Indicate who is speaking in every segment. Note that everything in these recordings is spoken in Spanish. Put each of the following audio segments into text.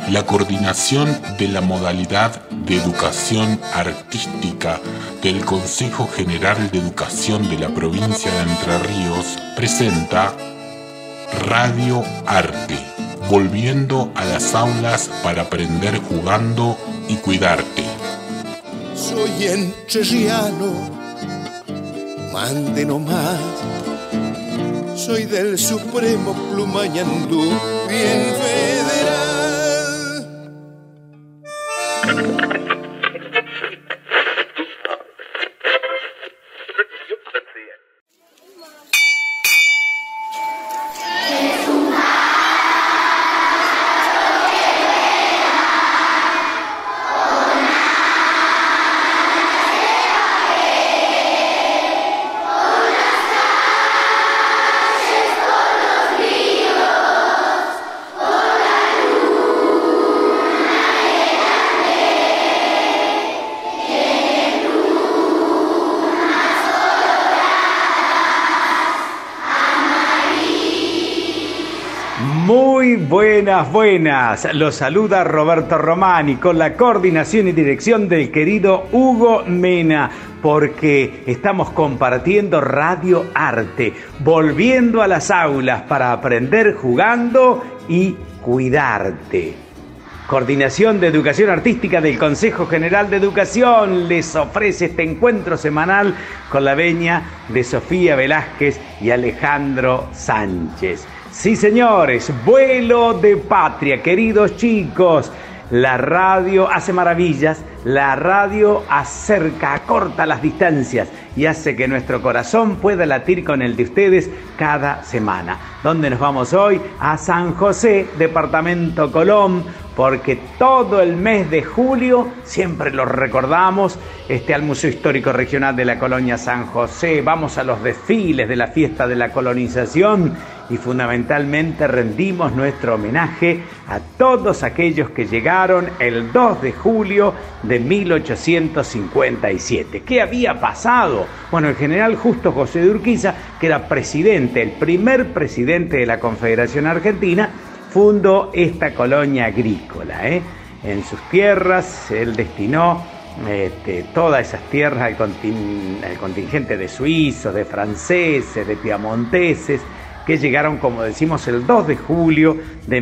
Speaker 1: La coordinación de la modalidad de educación artística del Consejo General de Educación de la provincia de Entre Ríos presenta Radio Arte, volviendo a las aulas para aprender jugando y cuidarte.
Speaker 2: Soy entrerriano, mande nomás. Soy del Supremo Plumañandú, bien federal.
Speaker 3: Buenas, los saluda Roberto Romani con la coordinación y dirección del querido Hugo Mena, porque estamos compartiendo Radio Arte, volviendo a las aulas para aprender jugando y cuidarte. Coordinación de Educación Artística del Consejo General de Educación les ofrece este encuentro semanal con la venia de Sofía Velázquez y Alejandro Sánchez. Sí, señores, vuelo de patria, queridos chicos. La radio hace maravillas, la radio acerca, acorta las distancias y hace que nuestro corazón pueda latir con el de ustedes cada semana. ¿Dónde nos vamos hoy? A San José, departamento Colón, porque todo el mes de julio, siempre lo recordamos, al Museo Histórico Regional de la Colonia San José, vamos a los desfiles de la fiesta de la colonización y fundamentalmente rendimos nuestro homenaje a todos aquellos que llegaron el 2 de julio de 1857. ¿Qué había pasado? Bueno, el general Justo José de Urquiza, que era presidente, el primer presidente de la Confederación Argentina, fundó esta colonia agrícola. En sus tierras él destinó todas esas tierras al contingente de suizos, de franceses, de piamonteses, que llegaron, como decimos, el 2 de julio de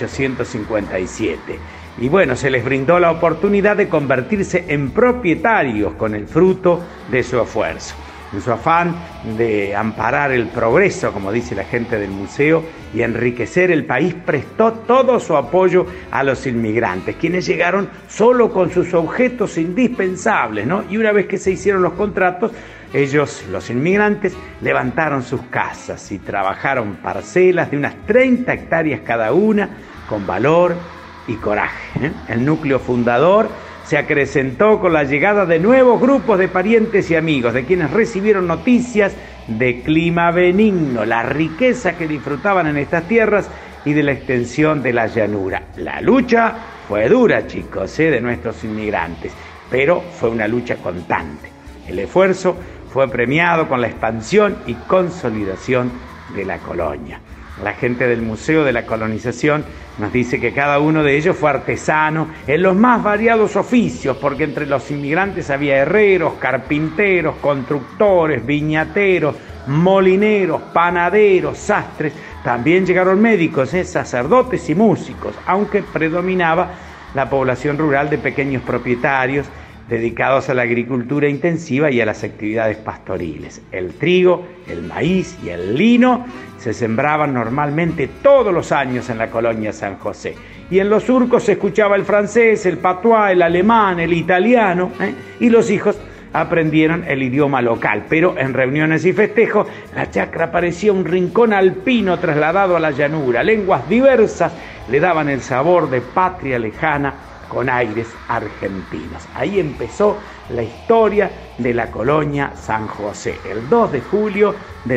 Speaker 3: 1857. Y bueno, se les brindó la oportunidad de convertirse en propietarios con el fruto de su esfuerzo. En su afán de amparar el progreso, como dice la gente del museo, y enriquecer el país, prestó todo su apoyo a los inmigrantes, quienes llegaron solo con sus objetos indispensables, ¿no? Y una vez que se hicieron los contratos, ellos, los inmigrantes, levantaron sus casas y trabajaron parcelas de unas 30 hectáreas cada una, con valor y coraje. El núcleo fundador se acrecentó con la llegada de nuevos grupos de parientes y amigos, de quienes recibieron noticias de clima benigno, la riqueza que disfrutaban en estas tierras y de la extensión de la llanura. La lucha fue dura, chicos, de nuestros inmigrantes, pero fue una lucha constante. El esfuerzo fue premiado con la expansión y consolidación de la colonia. La gente del Museo de la Colonización nos dice que cada uno de ellos fue artesano en los más variados oficios, porque entre los inmigrantes había herreros, carpinteros, constructores, viñateros, molineros, panaderos, sastres. También llegaron médicos, sacerdotes y músicos, aunque predominaba la población rural de pequeños propietarios dedicados a la agricultura intensiva y a las actividades pastoriles. El trigo, el maíz y el lino se sembraban normalmente todos los años en la colonia San José. Y en los surcos se escuchaba el francés, el patuá, el alemán, el italiano, y los hijos aprendieron el idioma local. Pero en reuniones y festejos, la chacra parecía un rincón alpino trasladado a la llanura. Lenguas diversas le daban el sabor de patria lejana con aires argentinos. Ahí empezó la historia de la colonia San José, el 2 de julio de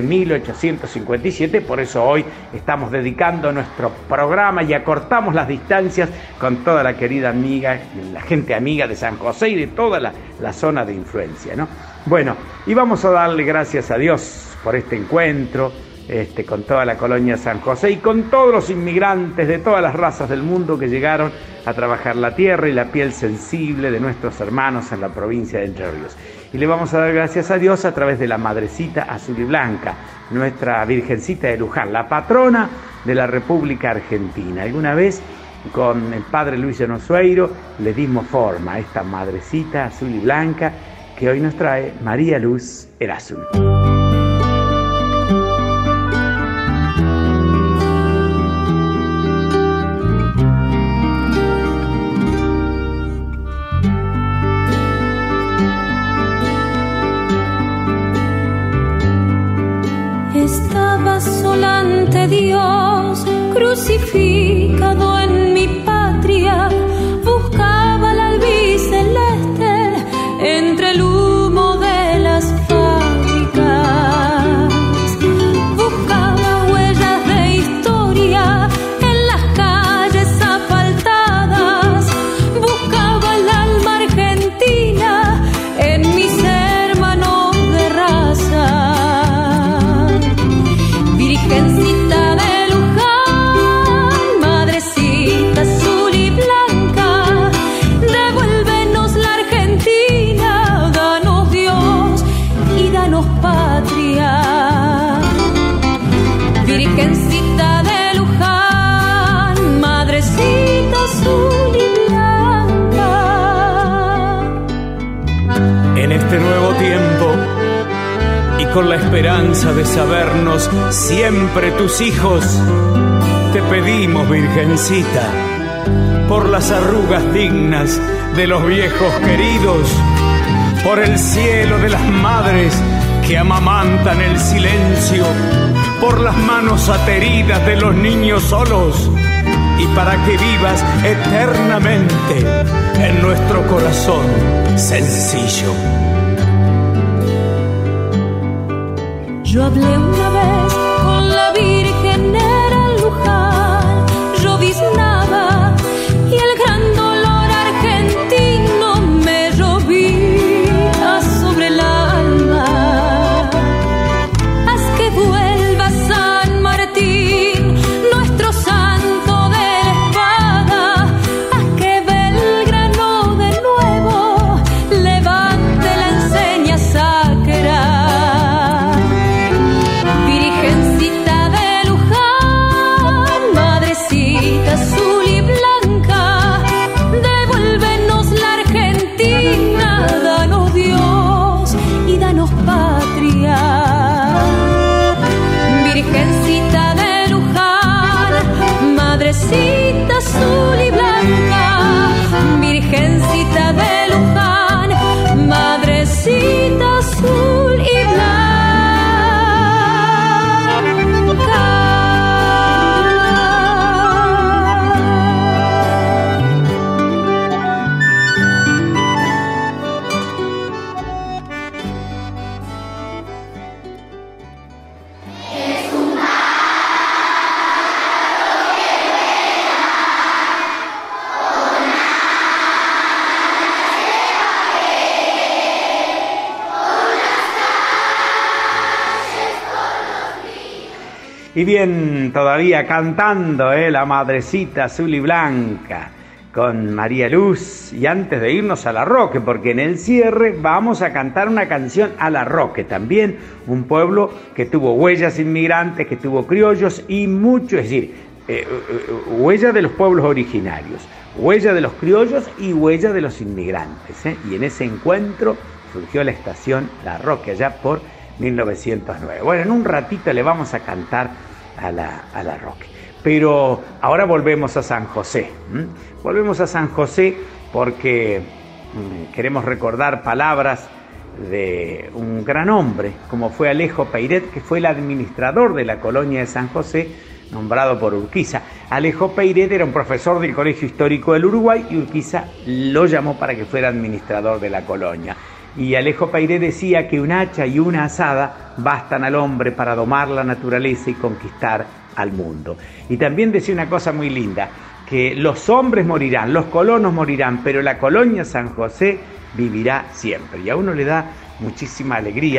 Speaker 3: 1857, por eso hoy estamos dedicando nuestro programa y acortamos las distancias con toda la querida amiga, la gente amiga de San José y de toda la zona de influencia, ¿no? Bueno, y vamos a darle gracias a Dios por este encuentro, con toda la colonia San José y con todos los inmigrantes de todas las razas del mundo que llegaron a trabajar la tierra y la piel sensible de nuestros hermanos en la provincia de Entre Ríos. Y le vamos a dar gracias a Dios a través de la Madrecita Azul y Blanca, nuestra Virgencita de Luján, la patrona de la República Argentina. Alguna vez con el padre Luis Llanosueiro le dimos forma a esta Madrecita Azul y Blanca que hoy nos trae María Luz Erasum.
Speaker 4: Estaba sola ante Dios, crucificado en mi patria, buscaba la albiceleste entre el humo de las fábricas, buscaba huellas de historia en las calles asfaltadas, buscaba el alma argentina en mis hermanos de raza. Virgencita de Luján, madrecita azul y blanca, devuélvenos la Argentina, danos Dios y danos patria. Virgencita de Luján, madrecita azul y blanca.
Speaker 5: En este nuevo tiempo, y con la esperanza de sabernos siempre tus hijos, te pedimos, Virgencita, por las arrugas dignas de los viejos queridos, por el cielo de las madres que amamantan el silencio, por las manos ateridas de los niños solos, y para que vivas eternamente en nuestro corazón sencillo.
Speaker 4: Yo hablé una vez con la Virgen, era en Luján, lloviznaba y el gran dolor argentino me llovía sobre el alma. Haz que vuelva San Martín, nuestro santo de la espada, haz que Belgrano de nuevo levante la enseña sacra. Virgencita de Luján, madrecita azul y blanca, devuélvenos la Argentina, danos Dios y danos patria. Virgencita de Luján, madrecita azul y blanca, Virgencita de Luján, madrecita azul y blanca.
Speaker 3: Y bien, todavía cantando la Madrecita Azul y Blanca con María Luz. Y antes de irnos a La Roque, porque en el cierre vamos a cantar una canción a La Roque, también un pueblo que tuvo huellas inmigrantes, que tuvo criollos y mucho, es decir, huella de los pueblos originarios, huella de los criollos y huella de los inmigrantes. Y en ese encuentro surgió la estación La Roque, allá por 1909. Bueno, en un ratito le vamos a cantar a la Roque. Pero ahora volvemos a San José. Volvemos a San José porque queremos recordar palabras de un gran hombre, como fue Alejo Peiret, que fue el administrador de la colonia de San José, nombrado por Urquiza. Alejo Peiret era un profesor del Colegio Histórico del Uruguay y Urquiza lo llamó para que fuera administrador de la colonia. Y Alejo Peiret decía que un hacha y una azada bastan al hombre para domar la naturaleza y conquistar al mundo. Y también decía una cosa muy linda, que los hombres morirán, los colonos morirán, pero la colonia San José vivirá siempre. Y a uno le da muchísima alegría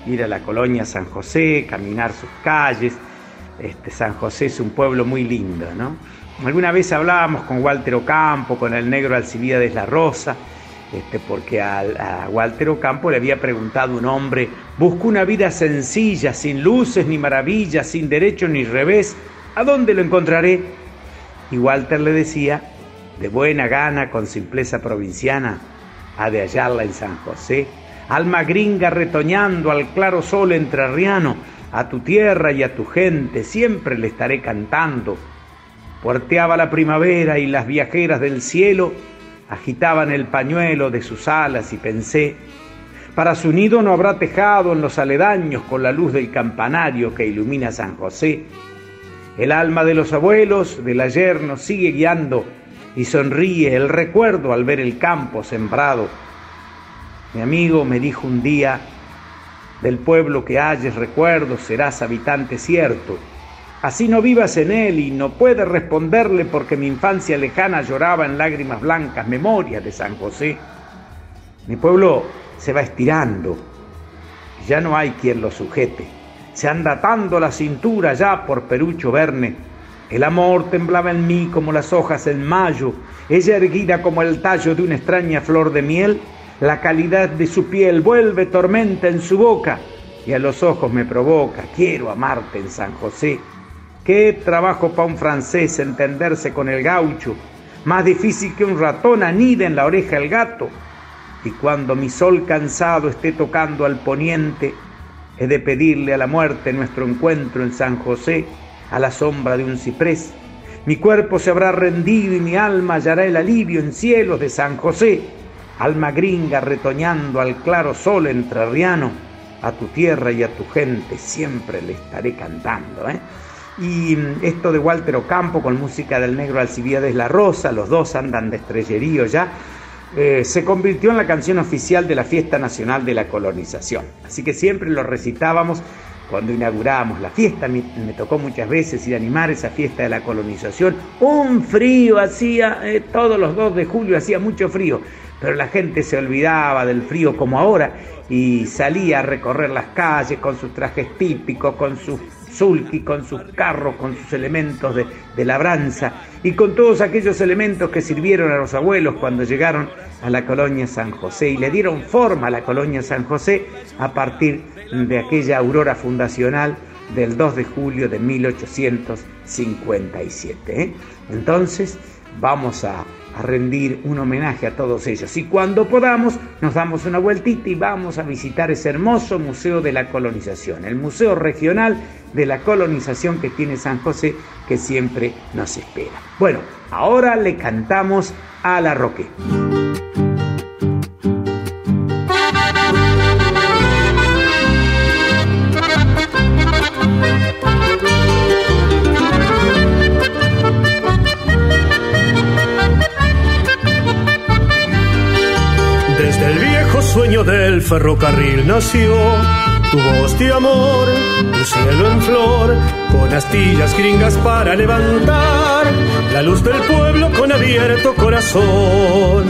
Speaker 3: ir a la colonia San José, caminar sus calles. San José es un pueblo muy lindo, ¿no? Alguna vez hablábamos con Walter Ocampo, con el negro Alcibiades La Rosa, porque a Walter Ocampo le había preguntado un hombre: busco una vida sencilla, sin luces ni maravillas, sin derecho ni revés, ¿a dónde lo encontraré? Y Walter le decía: de buena gana, con simpleza provinciana, ha de hallarla en San José. Alma gringa retoñando al claro sol entrerriano, a tu tierra y a tu gente siempre le estaré cantando. Puerteaba la primavera y las viajeras del cielo agitaban el pañuelo de sus alas y pensé: para su nido no habrá tejado en los aledaños con la luz del campanario que ilumina San José. El alma de los abuelos del ayer nos sigue guiando y sonríe el recuerdo al ver el campo sembrado. Mi amigo me dijo un día: del pueblo que halles recuerdos serás habitante cierto. Así no vivas en él, y no puedes responderle porque mi infancia lejana lloraba en lágrimas blancas memorias de San José. Mi pueblo se va estirando, ya no hay quien lo sujete. Se anda atando la cintura ya por Perucho Verne. El amor temblaba en mí como las hojas en mayo, ella erguida como el tallo de una extraña flor de miel. La calidad de su piel vuelve tormenta en su boca y a los ojos me provoca: quiero amarte en San José. Qué trabajo pa' un francés entenderse con el gaucho, más difícil que un ratón anida en la oreja el gato. Y cuando mi sol cansado esté tocando al poniente, he de pedirle a la muerte nuestro encuentro en San José, a la sombra de un ciprés. Mi cuerpo se habrá rendido y mi alma hallará el alivio en cielos de San José. Alma gringa retoñando al claro sol entrerriano, a tu tierra y a tu gente siempre le estaré cantando, Y esto de Walter Ocampo con música del negro Alcibiades La Rosa, los dos andan de estrellerío ya, se convirtió en la canción oficial de la Fiesta Nacional de la Colonización. Así que siempre lo recitábamos cuando inaugurábamos la fiesta. Me tocó muchas veces ir a animar esa fiesta de la colonización. Un frío hacía, todos los 2 de julio hacía mucho frío, pero la gente se olvidaba del frío como ahora y salía a recorrer las calles con sus trajes típicos, con sus sulky, con sus carros, con sus elementos de labranza y con todos aquellos elementos que sirvieron a los abuelos cuando llegaron a la colonia San José y le dieron forma a la colonia San José a partir de aquella aurora fundacional del 2 de julio de 1857. Entonces vamos a rendir un homenaje a todos ellos y cuando podamos nos damos una vueltita y vamos a visitar ese hermoso Museo de la Colonización, el Museo Regional de la Colonización que tiene San José, que siempre nos espera. Bueno, ahora le cantamos a la Roque.
Speaker 6: Desde el viejo sueño del ferrocarril nació tu voz de amor, tu cielo en flor, con astillas gringas para levantar la luz del pueblo con abierto corazón.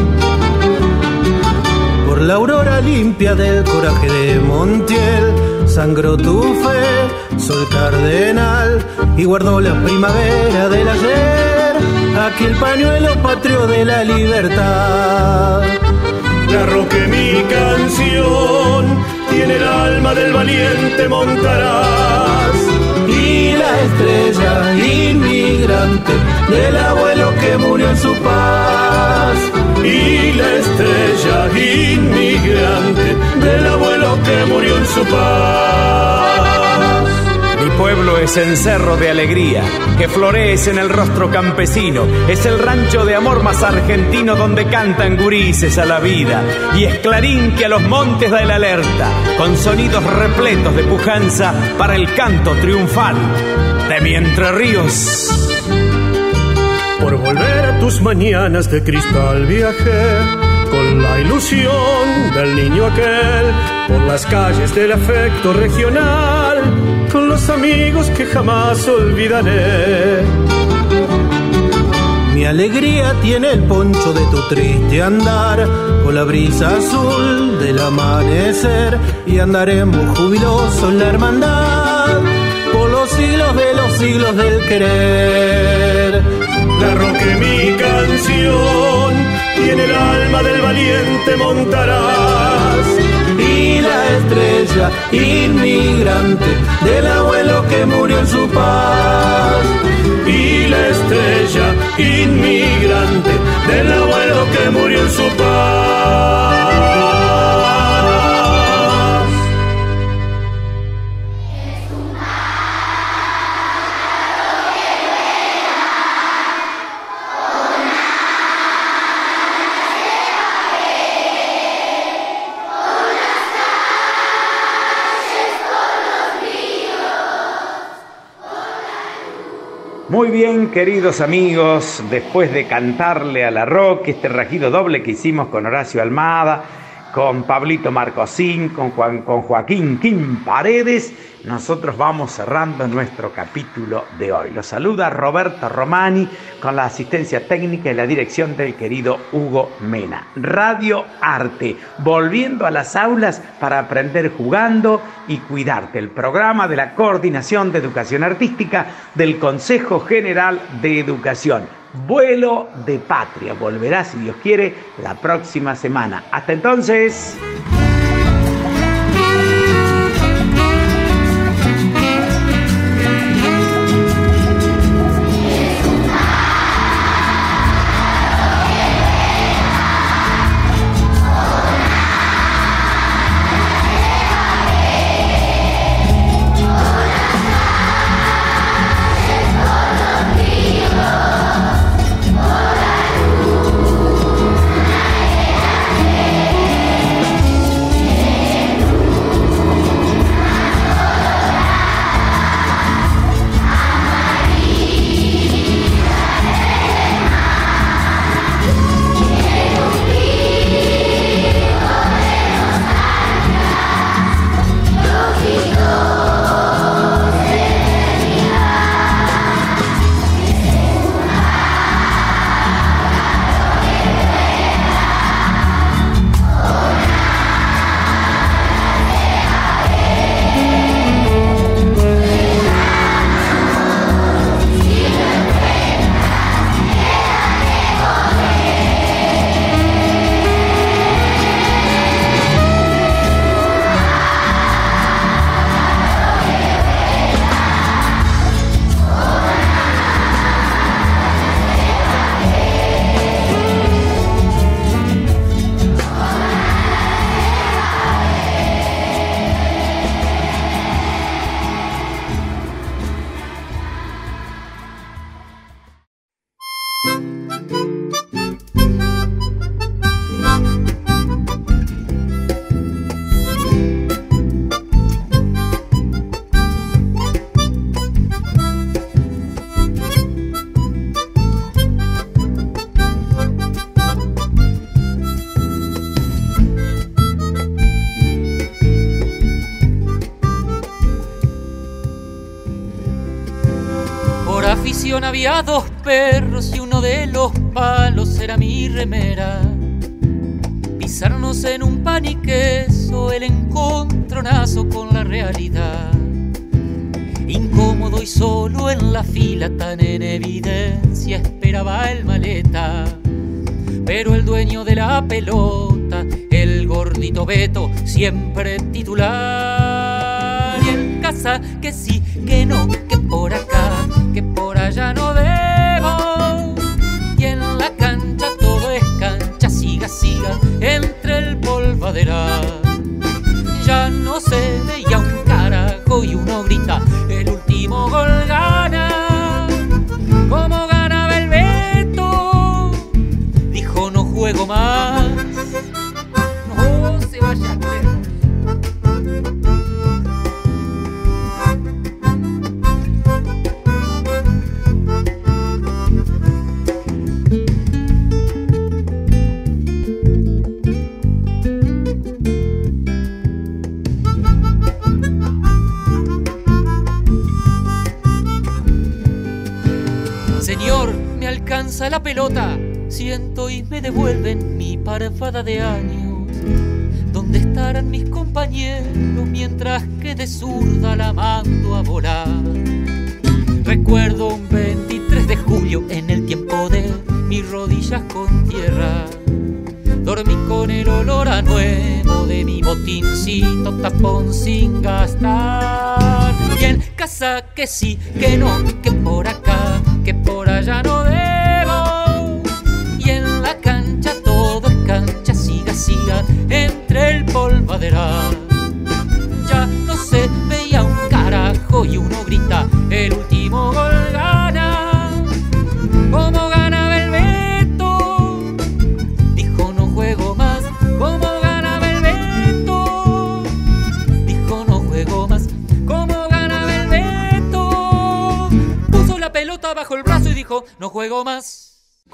Speaker 6: Por la aurora limpia del coraje de Montiel sangró tu fe, sol cardenal, y guardó la primavera del ayer, aquí el pañuelo patrio de la libertad. La Roque, mi canción, tiene el alma del valiente Montaraz y la estrella inmigrante del abuelo que murió en su paz. Y la estrella inmigrante del abuelo que murió en su paz.
Speaker 5: Mi pueblo es encerro de alegría que florece en el rostro campesino. Es el rancho de amor más argentino donde cantan gurises a la vida. Y es clarín que a los montes da el alerta con sonidos repletos de pujanza para el canto triunfal de mi Entre Ríos.
Speaker 6: Por volver a tus mañanas de cristal viajé con la ilusión del niño aquel por las calles del afecto regional, con los amigos que jamás olvidaré. Mi Mi alegría tiene el poncho de tu triste andar, con la brisa azul del amanecer, y andaremos jubilosos en la hermandad, por los siglos del querer.
Speaker 7: La roque mi canción, y en el alma del valiente montarás.
Speaker 6: Y la estrella inmigrante del abuelo que murió en su paz.
Speaker 7: Y la estrella inmigrante del abuelo que murió en su paz.
Speaker 3: Muy bien, queridos amigos, después de cantarle a la Roque, este rajido doble que hicimos con Horacio Almada, con Pablito Marcosín, con Joaquín Kim Paredes, nosotros vamos cerrando nuestro capítulo de hoy. Los saluda Roberto Romani con la asistencia técnica y la dirección del querido Hugo Mena. Radio Arte, volviendo a las aulas para aprender jugando y cuidarte. El programa de la Coordinación de Educación Artística del Consejo General de Educación. Vuelo de Patria. Volverá, si Dios quiere, la próxima semana. Hasta entonces.
Speaker 8: Había dos perros y uno de los palos era mi remera. Pisarnos en un pan y queso, el encontronazo con la realidad. Incómodo y solo en la fila, tan en evidencia, esperaba el maleta. Pero el dueño de la pelota, el gordito Beto, siempre titular. Y el casa que sí, que no, que por acá, que por allá no debo. Y en la cancha todo es cancha, siga, siga, entre el polvaderal. Ya no se veía un carajo y uno grita, el último gol gana. Como ganaba el Beto, dijo no juego más. No se vaya a creer. lanza la pelota, siento y me devuelven mi parvada de años. ¿Dónde estarán mis compañeros mientras que de zurda la mando a volar? Recuerdo un 23 de julio en el tiempo de mis rodillas con tierra. Dormí con el olor a nuevo de mi botincito, tapón sin gastar. Y en casa que sí, que no, que por acá, que por allá no debo. Y en la cancha todo es cancha, siga, siga, entre el polvaderal. Ya no se veía un carajo y uno grita, el último gol gana. ¿Cómo ganaba el Beto? Dijo no juego más. ¿Cómo ganaba el Beto? Dijo no juego más. ¿Cómo ganaba el Beto? Puso la pelota bajo el brazo y dijo no juego más.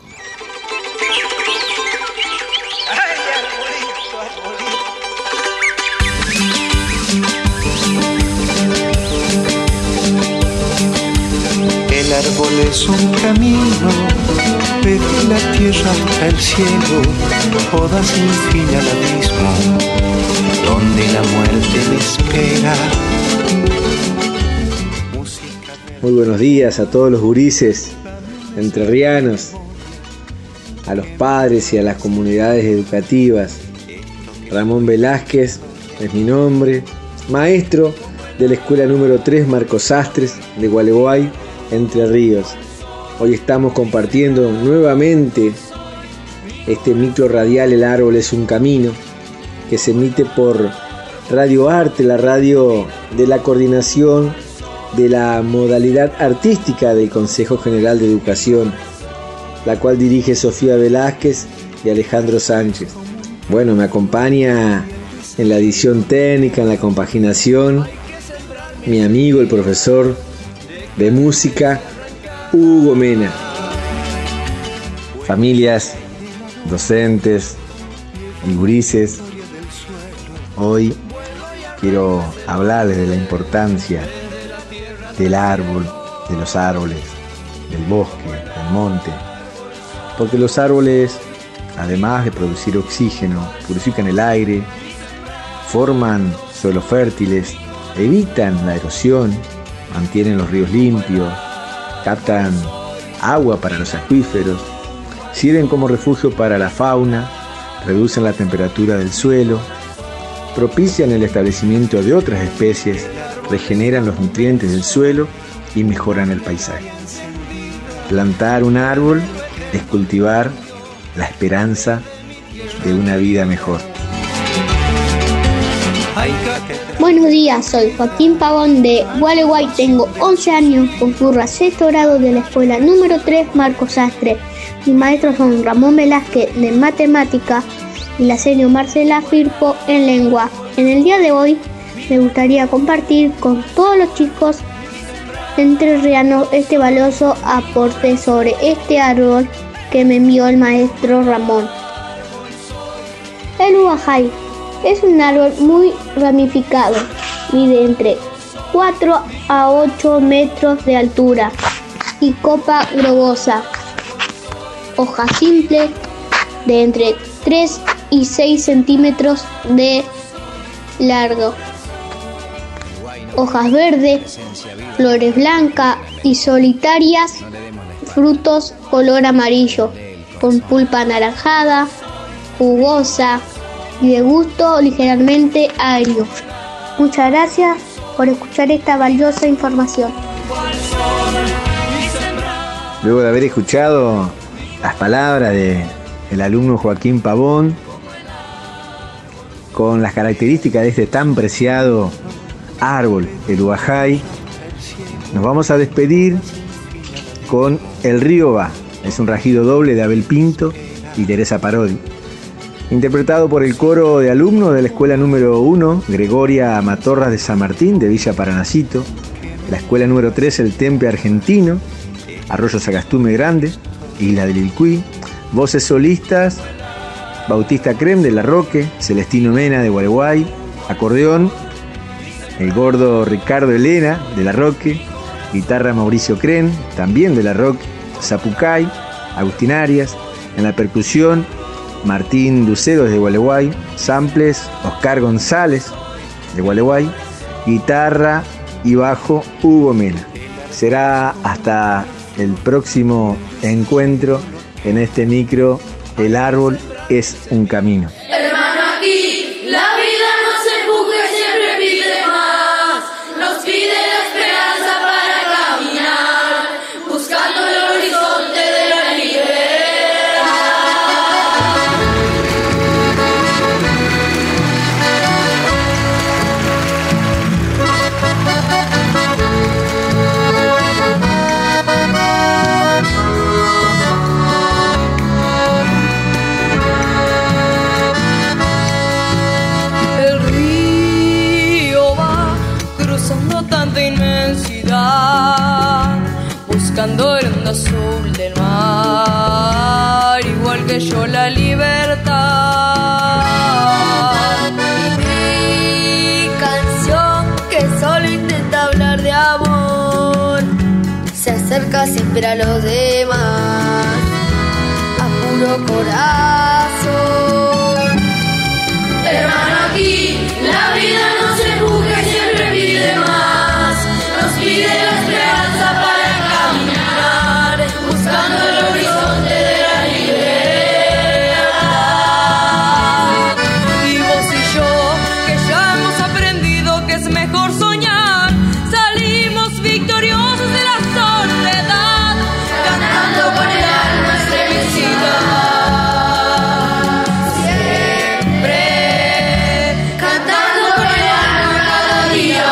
Speaker 9: ¡Ay, arbolito, arbolito!
Speaker 2: El árbol es un camino, desde la tierra hasta el cielo, toda sin fin al abismo, donde la muerte me espera.
Speaker 10: Muy buenos días a todos los gurises entrerrianos, a los padres y a las comunidades educativas. Ramón Velázquez es mi nombre, maestro de la escuela número 3 Marcos Sastres de Gualeguay, Entre Ríos. Hoy estamos compartiendo nuevamente este micro radial El Árbol es un Camino, que se emite por Radio Arte, la radio de la coordinación de la modalidad artística del Consejo General de Educación, la cual dirige Sofía Velázquez y Alejandro Sánchez. Bueno, me acompaña en la edición técnica, en la compaginación, mi amigo, el profesor de música, Hugo Mena. Familias, docentes y gurises, hoy quiero hablarles de la importancia del árbol, de los árboles, del bosque, del monte, porque los árboles, además de producir oxígeno, purifican el aire, forman suelos fértiles, evitan la erosión, mantienen los ríos limpios, captan agua para los acuíferos, sirven como refugio para la fauna, reducen la temperatura del suelo, propician el establecimiento de otras especies, regeneran los nutrientes del suelo y mejoran el paisaje. Plantar un árbol es cultivar la esperanza de una vida mejor.
Speaker 11: Buenos días, soy Joaquín Pavón de Gualeguay, tengo 11 años, concurro a sexto grado de la escuela número 3 Marcos Sastre. Mis maestros son Ramón Velázquez de matemática y la señora Marcela Firpo en lengua. En el día de hoy me gustaría compartir con todos los chicos entrerrianos este valioso aporte sobre este árbol que me envió el maestro Ramón. El ubajay es un árbol muy ramificado, mide entre 4 a 8 metros de altura y copa globosa, hoja simple de entre 3 y 6 centímetros de largo, hojas verdes, flores blancas y solitarias, frutos color amarillo, con pulpa anaranjada, jugosa y de gusto ligeramente agrio. Muchas gracias por escuchar esta valiosa información.
Speaker 10: Luego de haber escuchado las palabras del alumno Joaquín Pavón, con las características de este tan preciado árbol, el ubajay, nos vamos a despedir con El Río Va. Es un rajido doble de Abel Pinto y Teresa Parodi, interpretado por el coro de alumnos de la escuela número 1, Gregoria Matorras de San Martín, de Villa Paranacito, la escuela número 3, El Tempe Argentino, Arroyo Sagastume Grande, Isla del Ilcuy, voces solistas, Bautista Crem de La Roque, Celestino Mena de Gualeguay, acordeón, el gordo Ricardo Elena de La Roque, guitarra Mauricio Crem, también de La Roque, zapucay, Agustín Arias. En la percusión, Martín Ducero desde Gualeguay. Samples, Oscar González de Gualeguay. Guitarra y bajo, Hugo Mena. Será hasta el próximo encuentro en este micro. El árbol es un camino.
Speaker 4: Hermano, aquí la vida nos empuja y siempre pide más. Nos pide la esperanza para caminar, buscando el horizonte de la buscando el hondo azul del mar, igual que yo la libertad.
Speaker 12: Y mi canción, que solo intenta hablar de amor, se acerca siempre a los demás, a puro corazón.
Speaker 4: Hermano, aquí la vida nos empuja y siempre pide más. Nos pide la esperanza para caminar, buscando el horizonte de la libertad.
Speaker 12: Y vos y yo, que ya hemos aprendido que es mejor soñar, salimos victoriosos de la soledad,
Speaker 4: cantando con el alma estremecida. Siempre cantando con el alma cada día.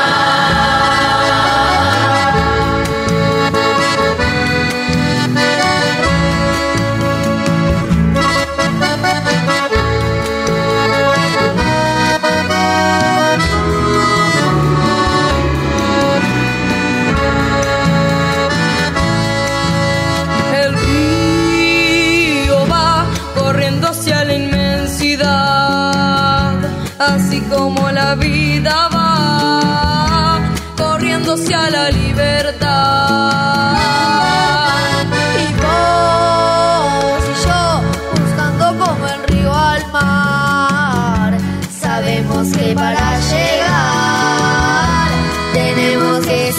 Speaker 12: el río va corriendo hacia la inmensidad, así como la vida va corriendo hacia la libertad. Y vos y yo, buscando como el río al mar, sabemos que para llegar tenemos que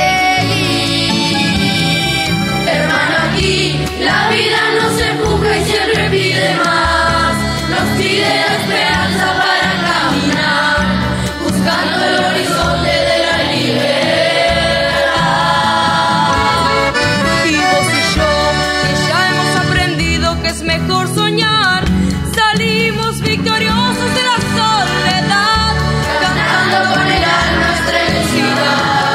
Speaker 12: seguir.
Speaker 4: Hermano, aquí la vida nos empuja y siempre pide más. Nos pide la esperanza para caminar, buscando el horizonte de la libertad.
Speaker 12: Y vos y yo, que ya hemos aprendido que es mejor soñar, salimos victoriosos de la soledad,
Speaker 4: cantando con el alma estremecida.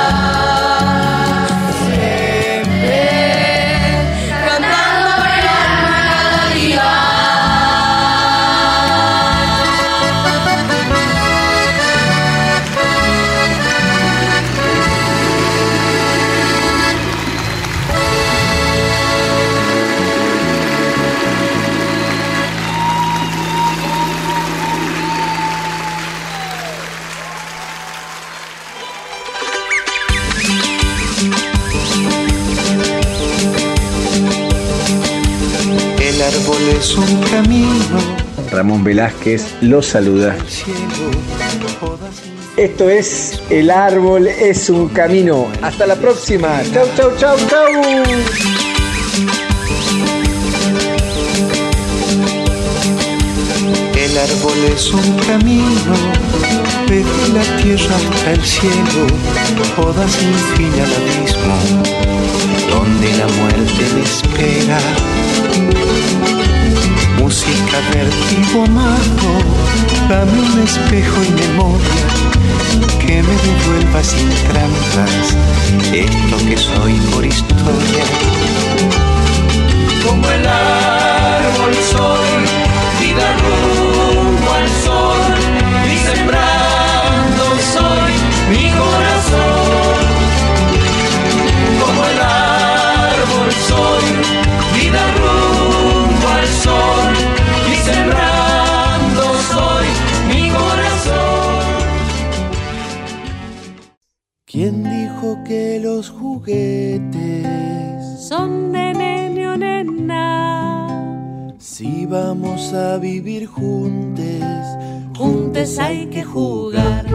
Speaker 12: siempre cantando
Speaker 4: Con el alma cada día.
Speaker 2: El árbol es un camino.
Speaker 10: Ramón Velázquez los saluda. Esto es El árbol es un camino. Hasta la próxima. Chau, chau, chau, chau.
Speaker 2: El árbol es un camino, desde la tierra hasta el cielo, toda sin fin al abismo, donde la muerte me espera. Música, vértigo, amago, dame un espejo y memoria, que me devuelva sin trampas esto que soy por historia.
Speaker 7: Como el árbol soy, vida rumbo al sol, y sembrando soy mi corazón. Como el árbol soy, vida rumbo al sol, y sembrando soy mi corazón.
Speaker 6: ¿Quién dijo que los juguetes
Speaker 4: Son de medio
Speaker 13: nena.
Speaker 14: Si vamos a vivir juntos
Speaker 13: hay que jugar.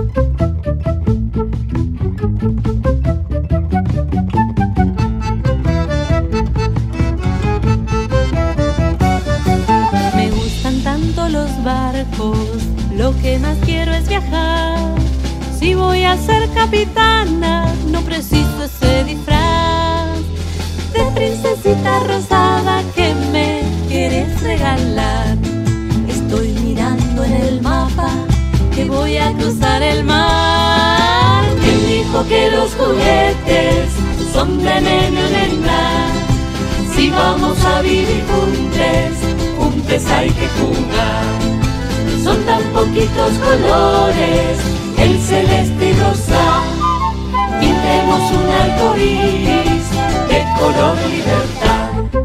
Speaker 13: Me gustan tanto los barcos, lo que más quiero es viajar. Si voy a ser capitana, no preciso ese disfraz de princesita rosada que me quieres regalar. Estoy mirando en el mapa que voy a cruzar el mar. ¿Quién dijo que los juguetes son de nena, nena? Si vamos a vivir juntos hay que jugar. Son tan poquitos colores, el celeste y rosa. Pintemos un arco iris de color libertad.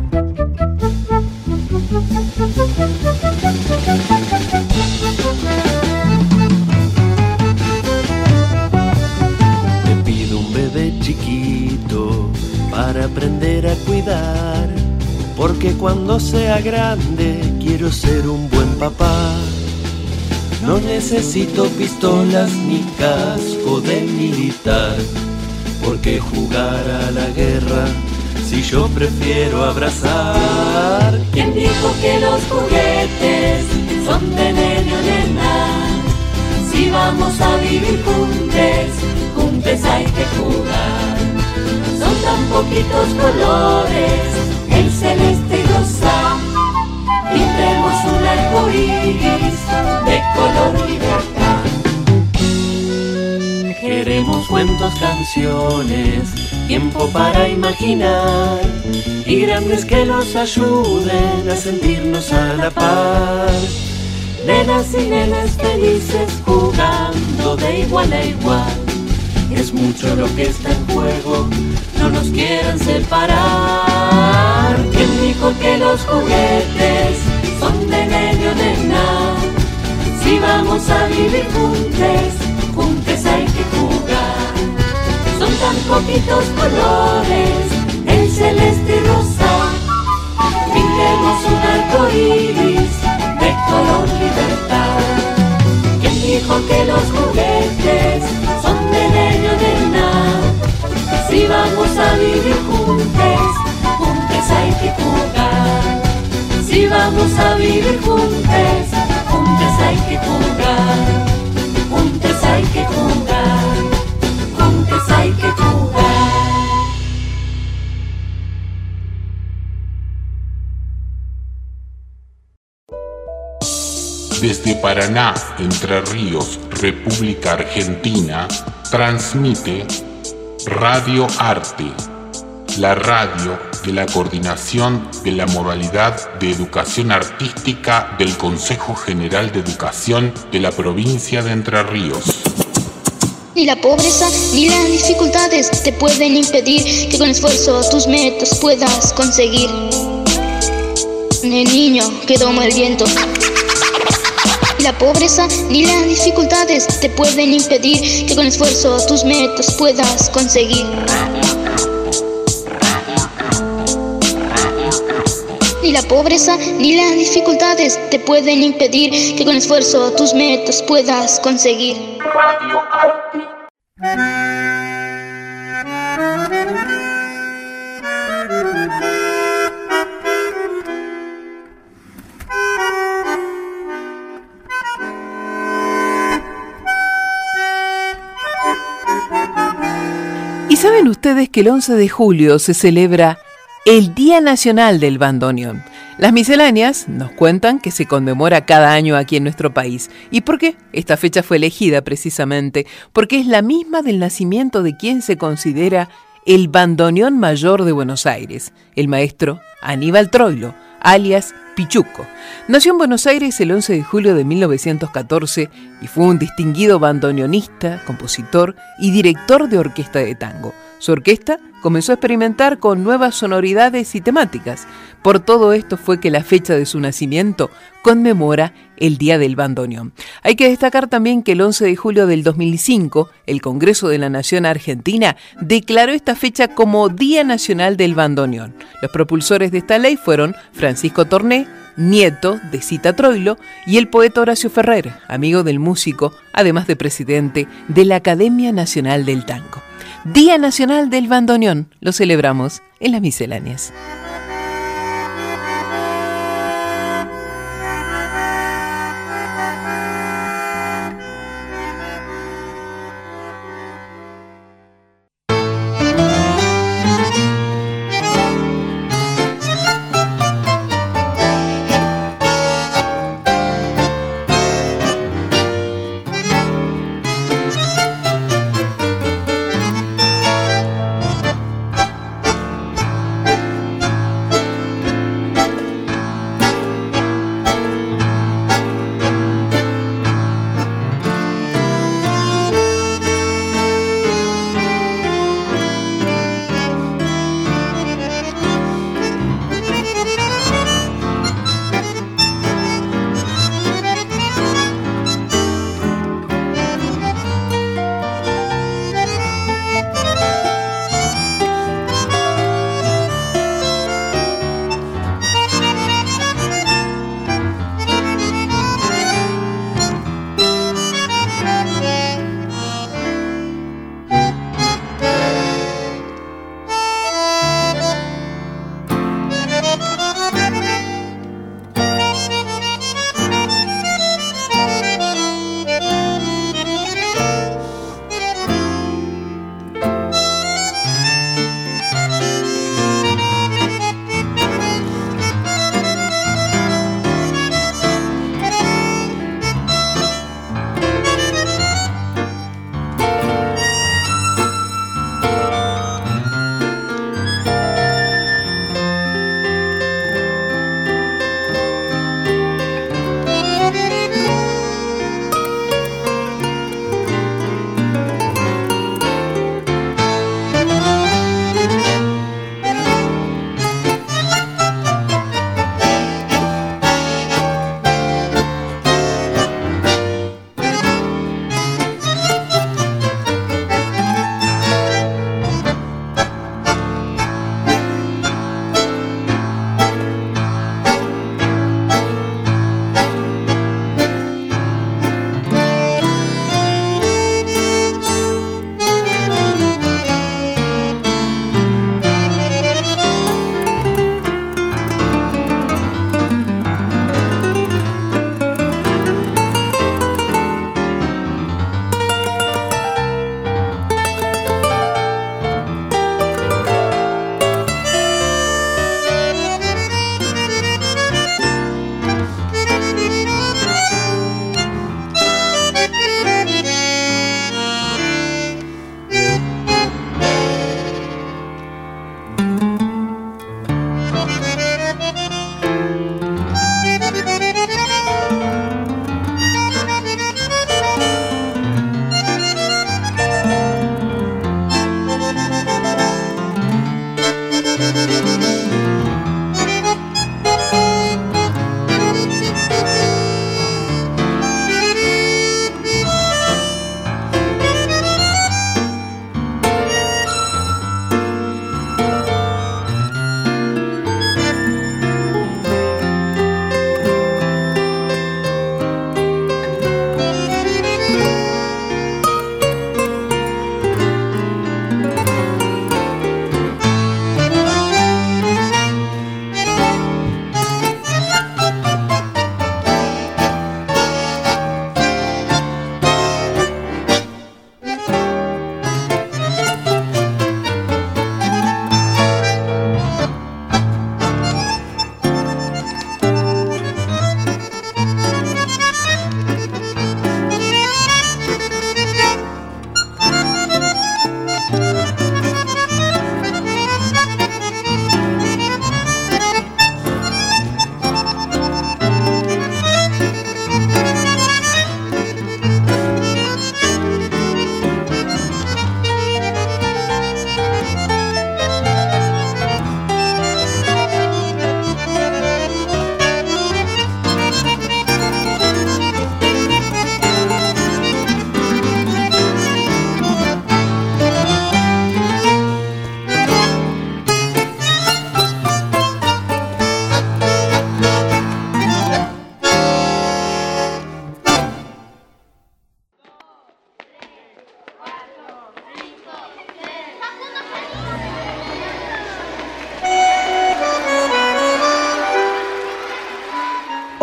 Speaker 14: Te pido un bebé chiquito para aprender a cuidar, porque cuando sea grande quiero ser un buen papá. No necesito pistolas ni casco de militar, porque jugar a la guerra si yo prefiero abrazar.
Speaker 13: ¿Quién dijo que los juguetes son de nena, nena? Si vamos a vivir juntos hay que jugar. Son tan poquitos colores, el celeste y rosa. Pintemos un arco iris de color libertad.
Speaker 14: Queremos cuentos, canciones, tiempo para imaginar, y grandes que nos ayuden a sentirnos a la par.
Speaker 13: Nenas y nenas felices jugando de igual a igual.
Speaker 14: Es mucho lo que está en juego,
Speaker 13: no nos quieran separar. ¿Quién dijo que los juguetes son de nena, nena? Si vamos a vivir juntos hay que jugar. Son tan poquitos colores, el celeste y rosa. Pintemos un arco iris de color libertad. ¿Quién dijo que los juguetes son de nena, nena? Si vamos a vivir juntos hay que jugar. Si vamos a vivir juntos hay que jugar. Juntos hay que jugar. Juntos hay que jugar.
Speaker 1: Desde Paraná, Entre Ríos, República Argentina, transmite Radio Arte, la radio de la Coordinación de la Modalidad de Educación Artística del Consejo General de Educación de la provincia de Entre Ríos.
Speaker 11: Ni la pobreza ni las dificultades te pueden impedir que con esfuerzo tus metas puedas conseguir. El niño que doma el viento. Ni la pobreza ni las dificultades te pueden impedir que con esfuerzo tus metas puedas conseguir. Ni la pobreza ni las dificultades te pueden impedir que con esfuerzo tus metas puedas conseguir.
Speaker 1: Radio Arte.
Speaker 15: ¿Y saben ustedes que el 11 de julio se celebra el Día Nacional del Bandoneón? Las misceláneas nos cuentan que se conmemora cada año aquí en nuestro país. ¿Y por qué? Esta fecha fue elegida precisamente porque es la misma del nacimiento de quien se considera el bandoneón mayor de Buenos Aires, el maestro Aníbal Troilo, alias Pichuco. Nació en Buenos Aires el 11 de julio de 1914 y fue un distinguido bandoneonista, compositor y director de orquesta de tango. Su orquesta comenzó a experimentar con nuevas sonoridades y temáticas. Por todo esto fue que la fecha de su nacimiento conmemora el Día del Bandoneón. Hay que destacar también que el 11 de julio del 2005, el Congreso de la Nación Argentina declaró esta fecha como Día Nacional del Bandoneón. Los propulsores de esta ley fueron Francisco Torné, nieto de Zita Troilo, y el poeta Horacio Ferrer, amigo del músico, además de presidente de la Academia Nacional del Tango. Día Nacional del Bandoneón, lo celebramos en las misceláneas.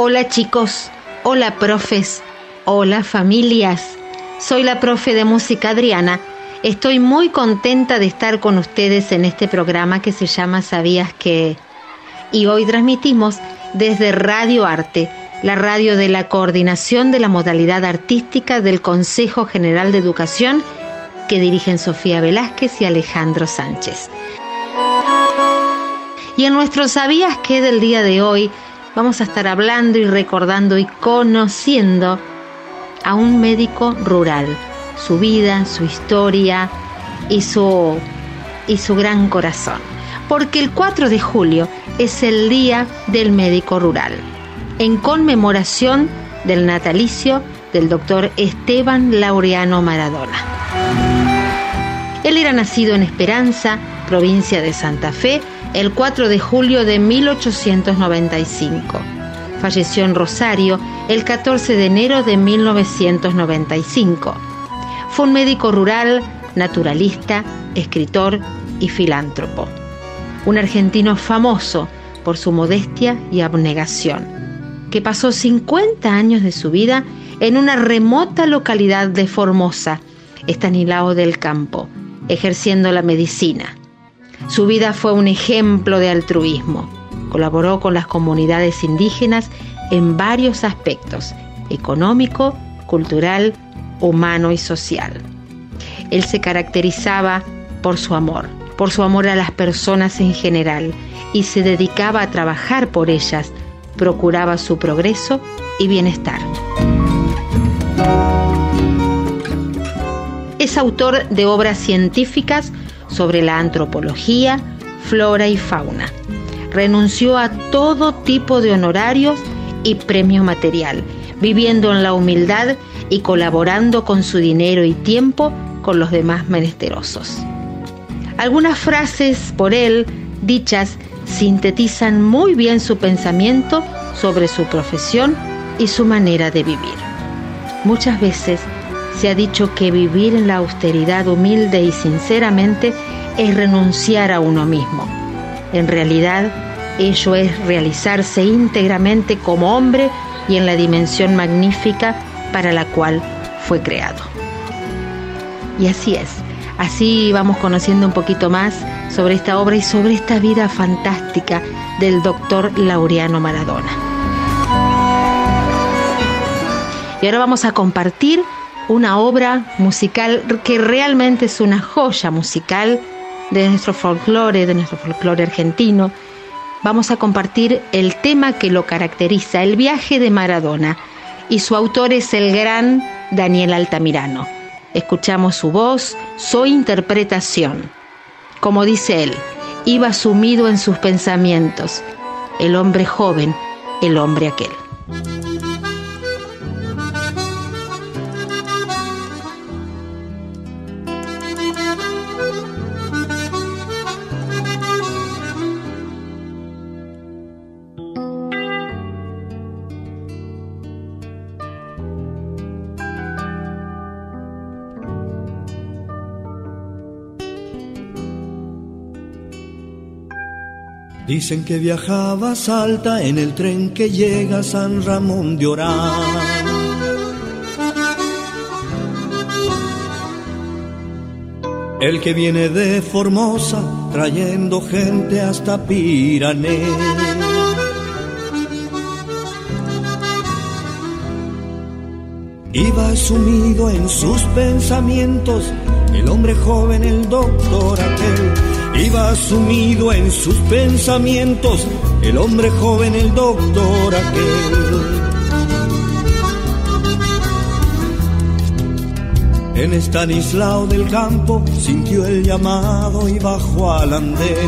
Speaker 16: Hola chicos, hola profes, hola familias. Soy la profe de música Adriana. Estoy muy contenta de estar con ustedes en este programa que se llama ¿Sabías qué? Y hoy transmitimos desde Radio Arte, la radio de la Coordinación de la Modalidad Artística del Consejo General de Educación, que dirigen Sofía Velázquez y Alejandro Sánchez. Y en nuestro ¿Sabías qué? Del día de hoy vamos a estar hablando y recordando y conociendo a un médico rural, su vida, su historia y su gran corazón. Porque el 4 de julio es el Día del Médico Rural, en conmemoración del natalicio del doctor Esteban Laureano Maradona. Él era nacido en Esperanza, provincia de Santa Fe, el 4 de julio de 1895. Falleció en Rosario el 14 de enero de 1995. Fue un médico rural, naturalista, escritor y filántropo. Un argentino famoso por su modestia y abnegación, que pasó 50 años de su vida en una remota localidad de Formosa, Estanislao del Campo, ejerciendo la medicina. Su vida fue un ejemplo de altruismo. Colaboró con las comunidades indígenas en varios aspectos: económico, cultural, humano y social. Él se caracterizaba por su amor a las personas en general, y se dedicaba a trabajar por ellas, procuraba su progreso y bienestar. Es autor de obras científicas sobre la antropología, flora y fauna. Renunció a todo tipo de honorarios y premio material, viviendo en la humildad y colaborando con su dinero y tiempo con los demás menesterosos. Algunas frases por él dichas sintetizan muy bien su pensamiento sobre su profesión y su manera de vivir. Muchas veces se ha dicho que vivir en la austeridad humilde y sinceramente es renunciar a uno mismo. En realidad, ello es realizarse íntegramente como hombre y en la dimensión magnífica para la cual fue creado. Y así es. Así vamos conociendo un poquito más sobre esta obra y sobre esta vida fantástica del doctor Laureano Maradona. Y ahora vamos a compartir una obra musical que realmente es una joya musical de nuestro folclore argentino. Vamos a compartir el tema que lo caracteriza, El viaje de Maradona, y su autor es el gran Daniel Altamirano. Escuchamos su voz, su interpretación. Como dice él, iba sumido en sus pensamientos, el hombre joven, el hombre aquel.
Speaker 6: Dicen que viajaba a Salta en el tren que llega a San Ramón de Orán. El que viene de Formosa trayendo gente hasta Pirané. Iba sumido en sus pensamientos el hombre joven, el doctor aquel. Iba sumido en sus pensamientos el hombre joven, el doctor aquel. En Estanislao del Campo sintió el llamado y bajó al andén.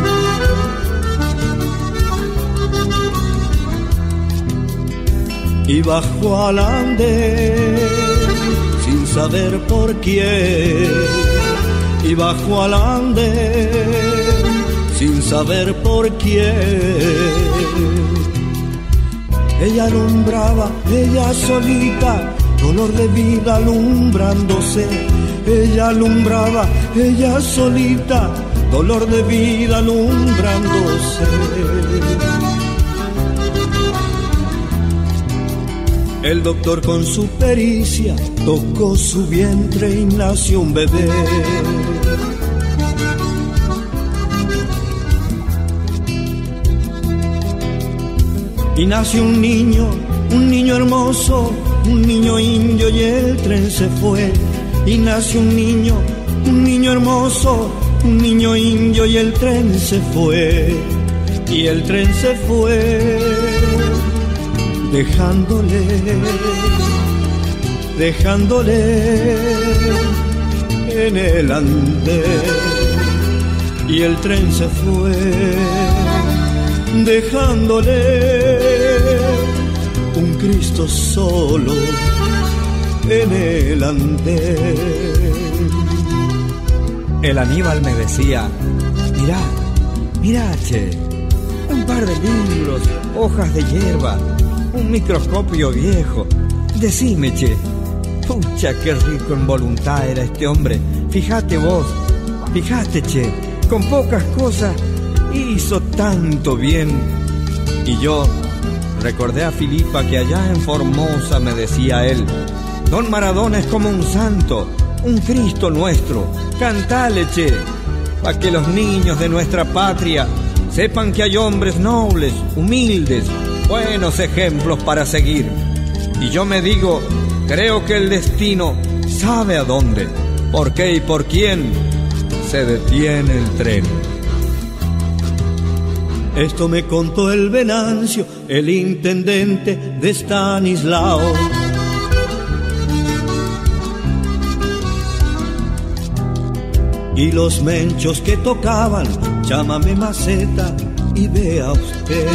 Speaker 6: Y bajó al andén sin saber por quién. Y bajó al andén sin saber por quién. Ella alumbraba, ella solita, dolor de vida alumbrándose. Ella alumbraba, ella solita, dolor de vida alumbrándose. El doctor con su pericia tocó su vientre y nació un bebé. Y nació un niño hermoso, un niño indio y el tren se fue. Y nació un niño hermoso, un niño indio y el tren se fue. Y el tren se fue, dejándole en el andén. Y el tren se fue, dejándole un Cristo solo en el andén.
Speaker 17: El Aníbal me decía: mirá, che, un par de libros, hojas de hierba, un microscopio viejo. Decime, che, pucha, qué rico en voluntad era este hombre. Fíjate vos, che, con pocas cosas hizo tanto bien. Y yo recordé a Filipa que allá en Formosa me decía él: Don Maradona es como un santo, un Cristo nuestro. Cantale, che, pa' que los niños de nuestra patria sepan que hay hombres nobles, humildes, buenos ejemplos para seguir. Y yo me digo, creo que el destino sabe a dónde, por qué y por quién se detiene el tren. Esto me contó el Venancio, el intendente de Estanislao. Y los menchos que tocaban, llámame maceta y vea usted.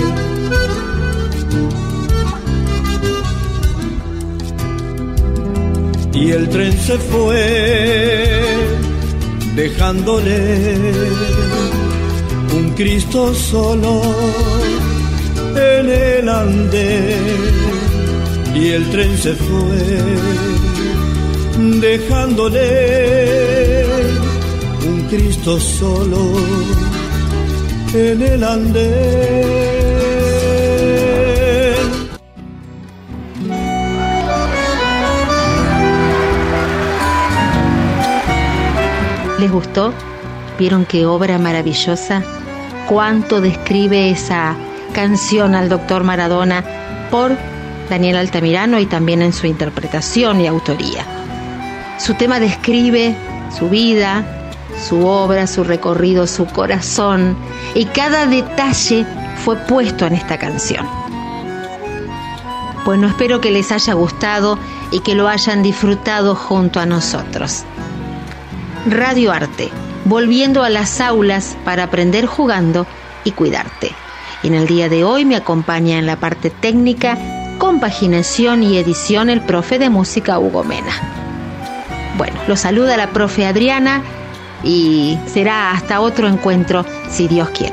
Speaker 17: Y el tren se fue, dejándole un Cristo solo en el andén. Y el tren se fue, dejándole un Cristo solo en el andén.
Speaker 16: ¿Les gustó? ¿Vieron qué obra maravillosa? ¿Cuánto describe esa canción al doctor Maradona por Daniel Altamirano y también en su interpretación y autoría? Su tema describe su vida, su obra, su recorrido, su corazón, y cada detalle fue puesto en esta canción. Bueno, espero que les haya gustado y que lo hayan disfrutado junto a nosotros. Radio Arte, volviendo a las aulas para aprender jugando y cuidarte. Y en el día de hoy me acompaña en la parte técnica, compaginación y edición el profe de música Hugo Mena. Bueno, lo saluda la profe Adriana y será hasta otro encuentro, si Dios quiere.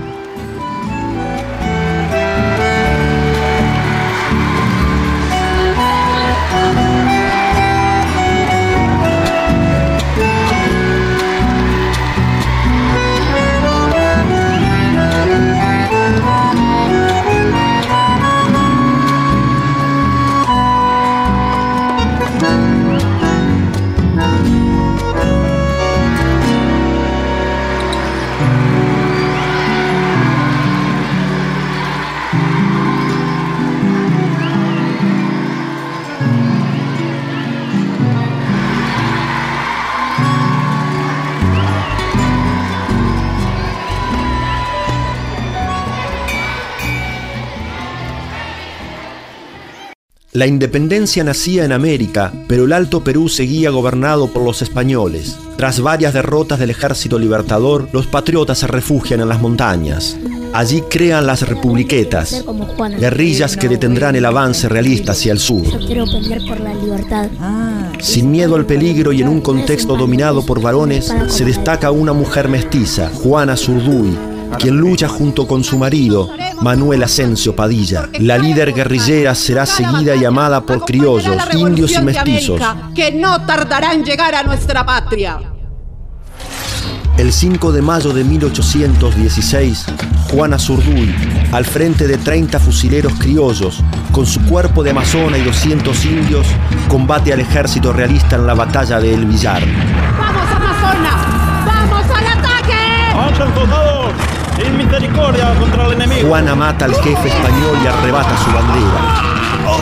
Speaker 18: La independencia nacía en América, pero el Alto Perú seguía gobernado por los españoles. Tras varias derrotas del ejército libertador, los patriotas se refugian en las montañas. Allí crean las republiquetas, guerrillas que detendrán el avance realista hacia el sur.
Speaker 19: Yo quiero pelear por la libertad.
Speaker 18: Sin miedo al peligro y en un contexto dominado por varones, se destaca una mujer mestiza, Juana Zurduy, quien lucha junto con su marido, Manuel Asensio Padilla. La líder guerrillera será seguida y amada por criollos, indios y mestizos.
Speaker 20: Que no tardará en llegar a nuestra patria.
Speaker 18: El 5 de mayo de 1816, Juan Azurduy, al frente de 30 fusileros criollos, con su cuerpo de amazona y 200 indios, combate al ejército realista en la batalla de El Villar.
Speaker 20: ¡Vamos, Amazonas! ¡Vamos al ataque!
Speaker 7: ¡Vayan, soldados! ¡Sin misericordia contra el enemigo!
Speaker 18: Juana mata al jefe español y arrebata su bandera.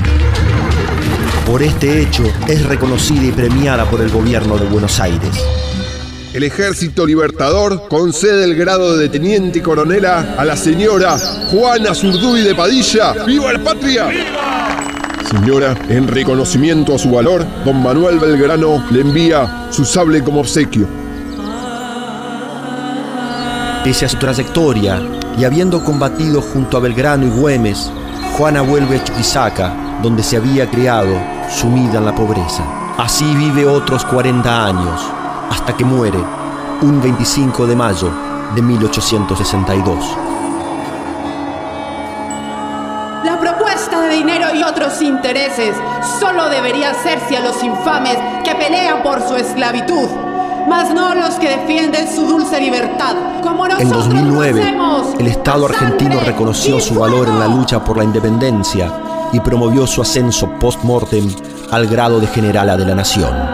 Speaker 18: Por este hecho, es reconocida y premiada por el gobierno de Buenos Aires.
Speaker 21: El Ejército Libertador concede el grado de teniente coronela a la señora Juana Azurduy de Padilla. ¡Viva la patria! ¡Viva! Señora, en reconocimiento a su valor, don Manuel Belgrano le envía su sable como obsequio.
Speaker 18: Pese a su trayectoria y habiendo combatido junto a Belgrano y Güemes, Juana vuelve a Chuquisaca, donde se había criado, sumida en la pobreza. Así vive otros 40 años, hasta que muere un 25 de mayo de 1862.
Speaker 20: La propuesta de dinero y otros intereses solo debería hacerse a los infames que pelean por su esclavitud, mas no los que defienden su dulce libertad, como nosotros.
Speaker 18: En 2009,
Speaker 20: hacemos.
Speaker 18: el Estado argentino reconoció su valor en la lucha por la independencia y promovió su ascenso post-mortem al grado de generala de la nación.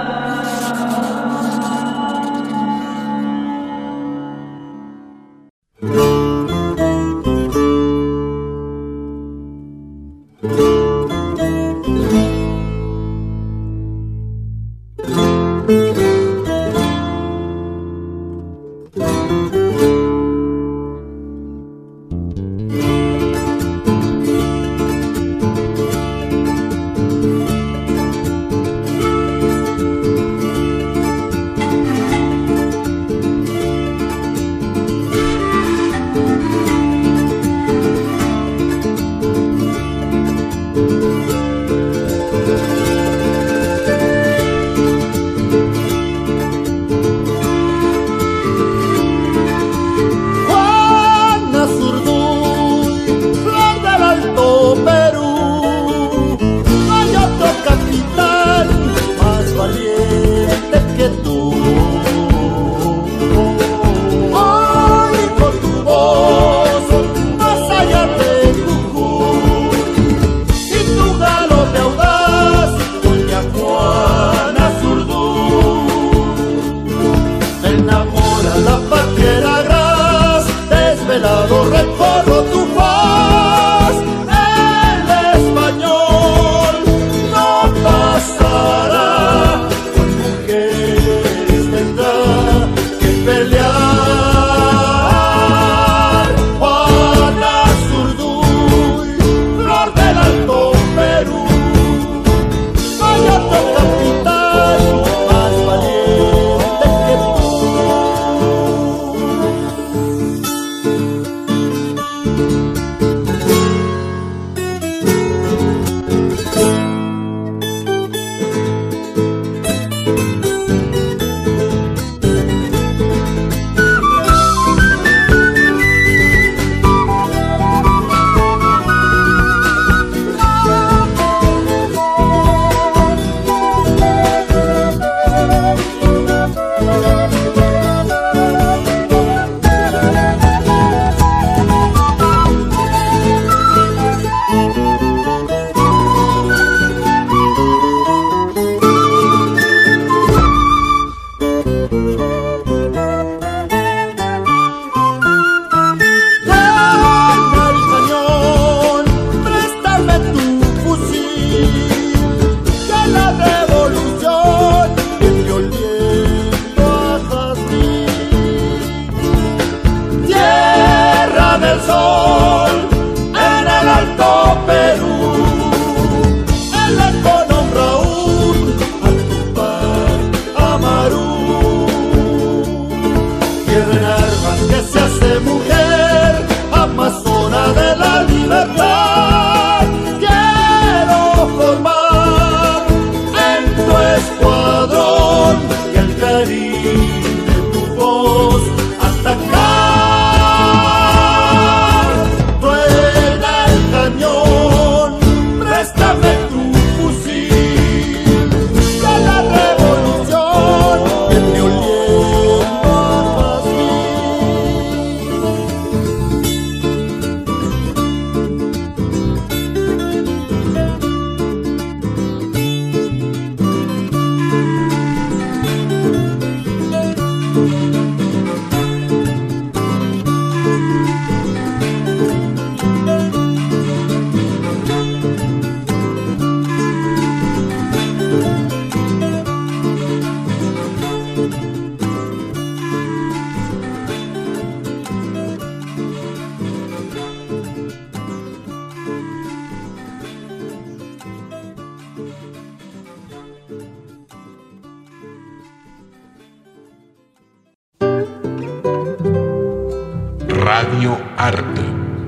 Speaker 1: Radio Arte.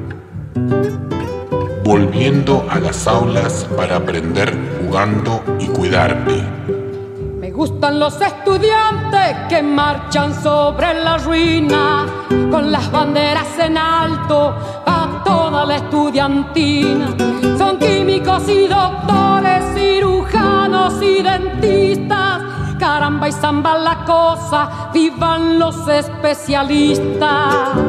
Speaker 1: Volviendo a las aulas para aprender jugando y cuidarte.
Speaker 5: Me gustan los estudiantes que marchan sobre la ruina con las banderas en alto a toda la estudiantina. Son químicos y doctores, cirujanos y dentistas. Caramba y zamba la cosa, vivan los especialistas.